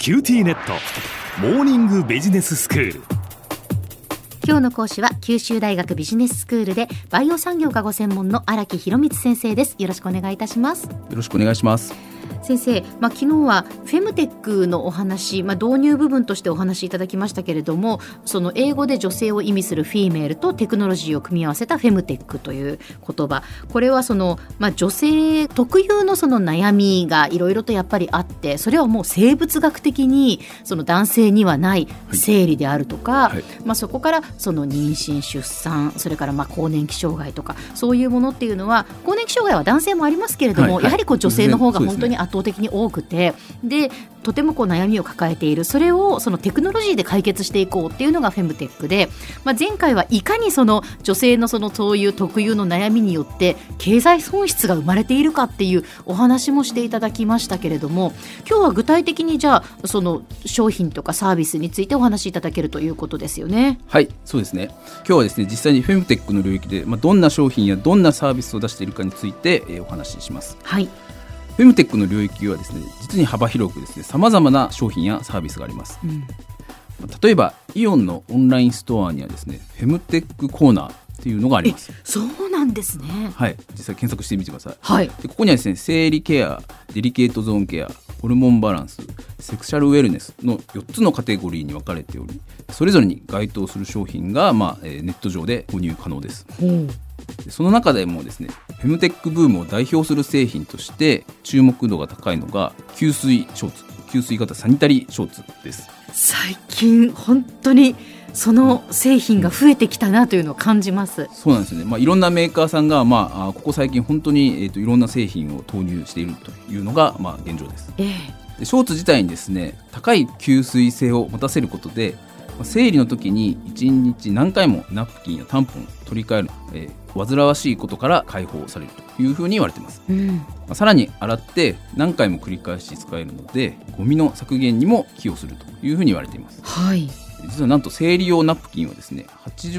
キューティーネットモーニングビジネススクール。 今日の講師は九州大学ビジネススクールでバイオ産業がご専門の荒木博光先生です。よろしくお願いいたします。 よろしくお願いします。 先生、昨日はフェムテックのお話、導入部分としてお話しいただきましたけれども、その英語で女性を意味するフィーメールとテクノロジーを組み合わせたフェムテックという言葉、これはその、女性特有のその悩みがいろいろとやっぱりあって、それはもう生物学的にその男性にはない生理であるとか、そこからその妊娠出産、それから更年期障害とかそういうものっていうのは、更年期障害は男性もありますけれども、やはり女性の方が本当に圧倒的に多くて、でとても悩みを抱えている、それをそのテクノロジーで解決していこうっていうのがフェムテックで、前回はいかにその女性のそういう特有の悩みによって経済損失が生まれているかっていうお話もしていただきましたけれども、今日は具体的にじゃあその商品とかサービスについてお話しいただけるということですよね。 はい、そうですね。今日はですね、実際にフェムテックの領域で、どんな商品やどんなサービスを出しているかについて、お話しします。 はい。 フェムテックの領域はですね、実に幅広くですね、様々な商品やサービスがあります。例えばイオンのオンラインストアにはですね、フェムテックコーナーっていうのがあります。 そうなんですね。 はい、実際検索してみてください。 はい。 でここにはですね、生理ケア、デリケートゾーンケア、ホルモンバランス、セクシャルウェルネスの4つのカテゴリーに分かれており、それぞれに該当する商品が、ネット上で購入可能です。その中でもですね、フェムテックブームを代表する製品として注目度が高いのが吸水ショーツ、吸水型サニタリーショーツです。 最近本当にその製品が増えてきたなというのを感じます。 そうなんですね。いろんなメーカーさんが、ここ最近本当に、いろんな製品を投入しているというのが、現状です。でショーツ自体にですね、高い吸水性を持たせることで、生理の時に1日何回もナプキンやタンポンを取り替える、煩わしいことから解放されるというふうに言われています。さらに洗って何回も繰り返し使えるので、ゴミの削減にも寄与するというふうに言われています。 はい。 実はなんと生理用ナプキンはですね、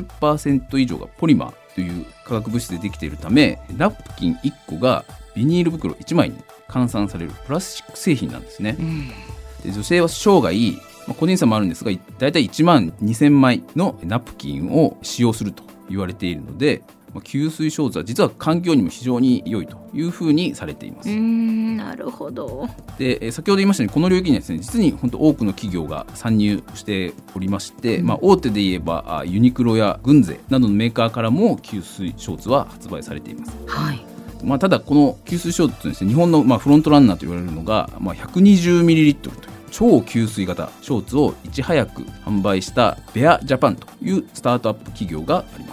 80% 以上がポリマーという化学物質でできているため、ナプキン1個がビニール袋1枚に換算されるプラスチック製品なんですね。で女性は生涯、個人差もあるんですが、だいたい1万2000枚のナプキンを使用すると言われているので、吸水ショーツは実は環境にも非常に良いというふうにされています。 なるほど。 で先ほど言いましたように、この領域にはですね、実に本当多くの企業が参入しておりまして、大手で言えばユニクロやグンゼなどのメーカーからも吸水ショーツは発売されています。 はい。 ただこの吸水ショーツですね、日本のフロントランナーと言われるのが、120ml という超吸水型ショーツをいち早く販売したベアジャパンというスタートアップ企業があります。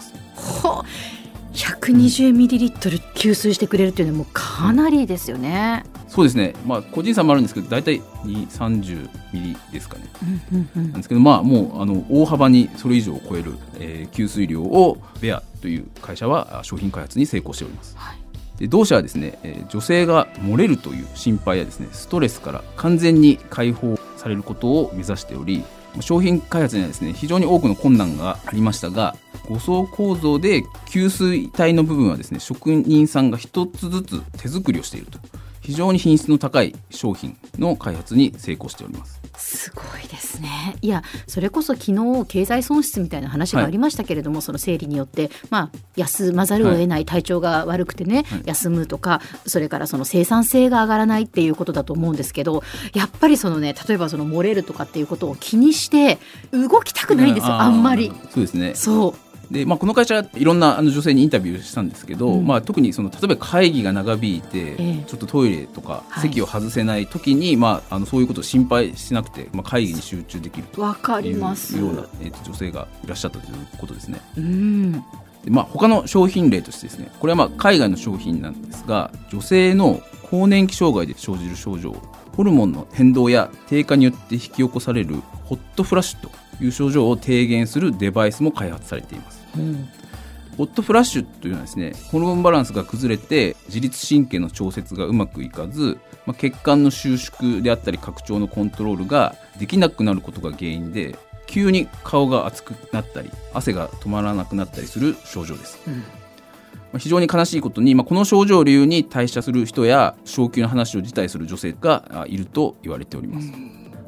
120ml 吸水してくれるというのはもうかなりですよね。 そうですね。個人差もあるんですけど、だいたい30ミリですかね。なんですけど、もう大幅にそれ以上を超える、吸水量をベアという会社は商品開発に成功しております。で同社はですね、女性が漏れるという心配やですね、ストレスから完全に解放されることを目指しており、商品開発にはですね、非常に多くの困難がありましたが、5層構造で吸水体の部分はですね、職人さんが一つずつ手作りをしていると、非常に品質の高い商品の開発に成功しております。 すごいですね。いや、それこそ昨日経済損失みたいな話がありましたけれども、その生理によって、休まざるを得ない、体調が悪くてね、休むとか、それからその生産性が上がらないっていうことだと思うんですけど、やっぱり例えば漏れるとかっていうことを気にして動きたくないんですよ、あんまり。 そうですね。 そうでこの会社はいろんな女性にインタビューしたんですけど、特に例えば会議が長引いて、ちょっとトイレとか席を外せない時に、そういうことを心配しなくて、会議に集中できるというような、女性がいらっしゃったということですね。で他の商品例としてですね、これは海外の商品なんですが、女性の更年期障害で生じる症状、ホルモンの変動や低下によって引き起こされるホットフラッシュという症状を低減するデバイスも開発されています。ホットフラッシュというのはですね、ホルモンバランスが崩れて自律神経の調節がうまくいかず、血管の収縮であったり拡張のコントロールができなくなることが原因で、急に顔が熱くなったり汗が止まらなくなったりする症状です。非常に悲しいことに、この症状を理由に退社する人や昇給の話を辞退する女性がいると言われております。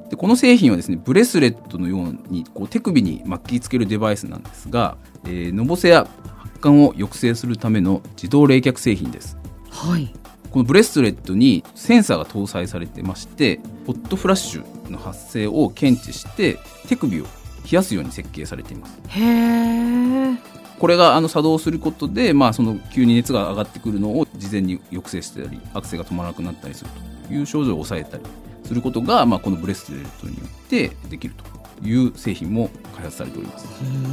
でこの製品はですね、ブレスレットのようにこう手首に巻きつけるデバイスなんですが、のぼせや発汗を抑制するための自動冷却製品です。 はい。 このブレスレットにセンサーが搭載されてまして、ホットフラッシュの発生を検知して手首を冷やすように設計されています。 へー。 これが作動することで、その急に熱が上がってくるのを事前に抑制したり、圧生が止まらなくなったりするという症状を抑えたりすることが、このブレスレットによってできるという製品も開発されております。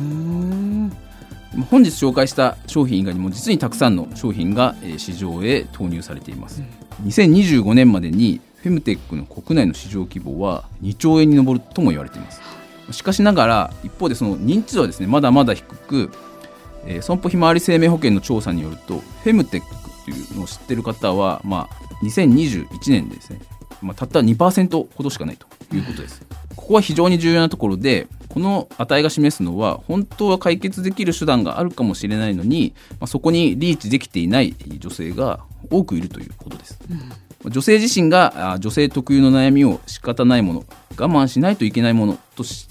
本日紹介した商品以外にも実にたくさんの商品が市場へ投入されています。2025年までにフェムテックの国内の市場規模は2兆円に上るとも言われています。しかしながら一方でその認知度はですね、まだまだ低く、損保ひまわり生命保険の調査によると、フェムテックというのを知っている方は、2021年でですね、たった 2% ほどしかないということです。ここは非常に重要なところで、この値が示すのは本当は解決できる手段があるかもしれないのに、そこにリーチできていない女性が多くいるということです。女性自身が女性特有の悩みを仕方ないもの、我慢しないといけないものとして、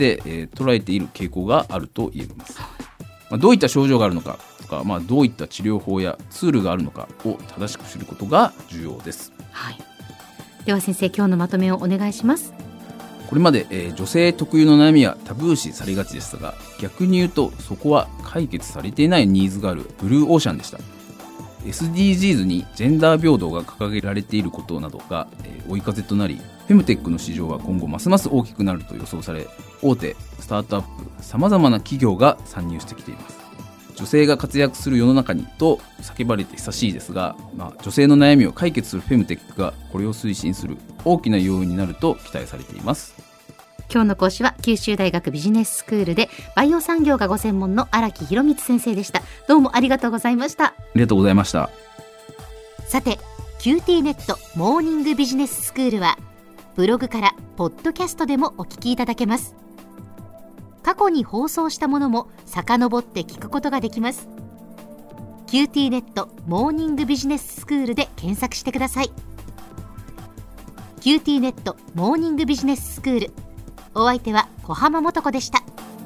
捉えている傾向があると言えます。どういった症状があるのかとか、どういった治療法やツールがあるのかを正しく知ることが重要です。 はい。では先生、今日のまとめをお願いします。 これまで、女性特有の悩みはタブー視されがちでしたが、逆に言うとそこは解決されていないニーズがあるブルーオーシャンでした。SDGs にジェンダー平等が掲げられていることなどが、追い風となり、フェムテックの市場は今後ますます大きくなると予想され、大手スタートアップさまざまな企業が参入してきています。女性が活躍する世の中にと叫ばれて久しいですが、女性の悩みを解決するフェムテックがこれを推進する大きな要因になると期待されています。 今日の講師は九州大学ビジネススクールでバイオ産業がご専門の荒木博光先生でした。どうもありがとうございました。 ありがとうございました。 さて、QT ネットモーニングビジネススクールはブログからポッドキャストでもお聞きいただけます。過去に放送したものも遡って聞くことができます。QT ネットモーニングビジネススクールで検索してください。QT ネットモーニングビジネススクール、お相手は小浜もとこでした。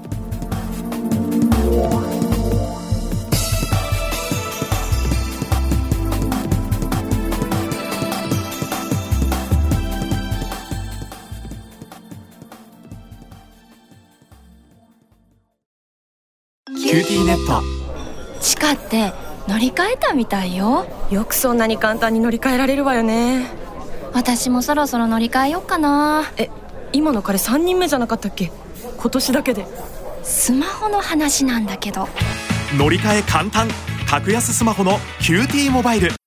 QT ネット。 地下って乗り換えたみたいよ。 よくそんなに簡単に乗り換えられるわよね。 私もそろそろ乗り換えようかな。 今の彼3人目じゃなかったっけ？今年だけで。 スマホの話なんだけど。 乗り換え簡単、格安スマホの QT モバイル。